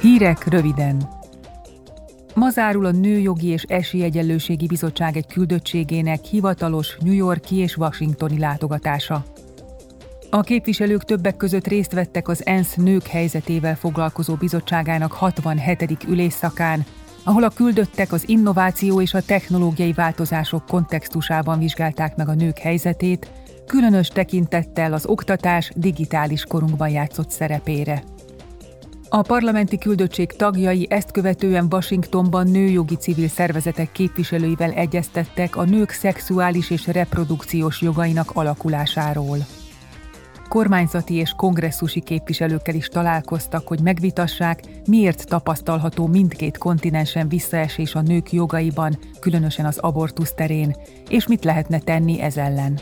Hírek röviden. Ma zárul a Nőjogi és Esélyegyenlőségi Bizottság egy küldöttségének hivatalos New York-i és washingtoni látogatása. A képviselők többek között részt vettek az ENSZ nők helyzetével foglalkozó bizottságának 67. ülésszakán, ahol a küldöttek az innováció és a technológiai változások kontextusában vizsgálták meg a nők helyzetét, különös tekintettel az oktatás digitális korunkban játszott szerepére. A parlamenti küldöttség tagjai ezt követően Washingtonban nőjogi civil szervezetek képviselőivel egyeztettek a nők szexuális és reprodukciós jogainak alakulásáról. Kormányzati és kongresszusi képviselőkkel is találkoztak, hogy megvitassák, miért tapasztalható mindkét kontinensen visszaesés a nők jogaiban, különösen az abortusz terén, és mit lehetne tenni ez ellen.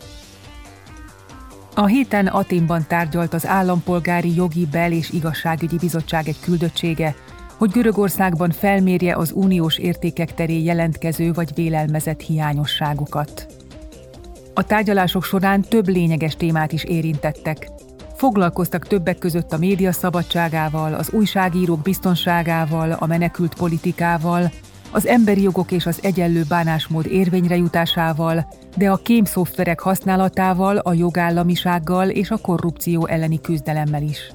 A héten Athénban tárgyalt az Állampolgári Jogi Bel- és Igazságügyi Bizottság egy küldöttsége, hogy Görögországban felmérje az uniós értékek terén jelentkező vagy vélelmezett hiányosságokat. A tárgyalások során több lényeges témát is érintettek. Foglalkoztak többek között a média szabadságával, az újságírók biztonságával, a menekült politikával, az emberi jogok és az egyenlő bánásmód érvényre jutásával, de a kémszoftverek használatával, a jogállamisággal és a korrupció elleni küzdelemmel is.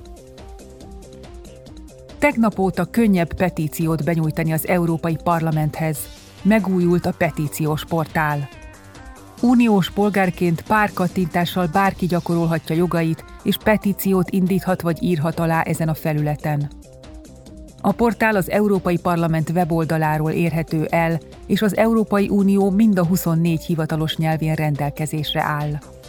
Tegnap óta könnyebb petíciót benyújtani az Európai Parlamenthez. Megújult a petíciós portál. Uniós polgárként pár kattintással bárki gyakorolhatja jogait, és petíciót indíthat vagy írhat alá ezen a felületen. A portál az Európai Parlament weboldaláról érhető el, és az Európai Unió mind a 24 hivatalos nyelvén rendelkezésre áll.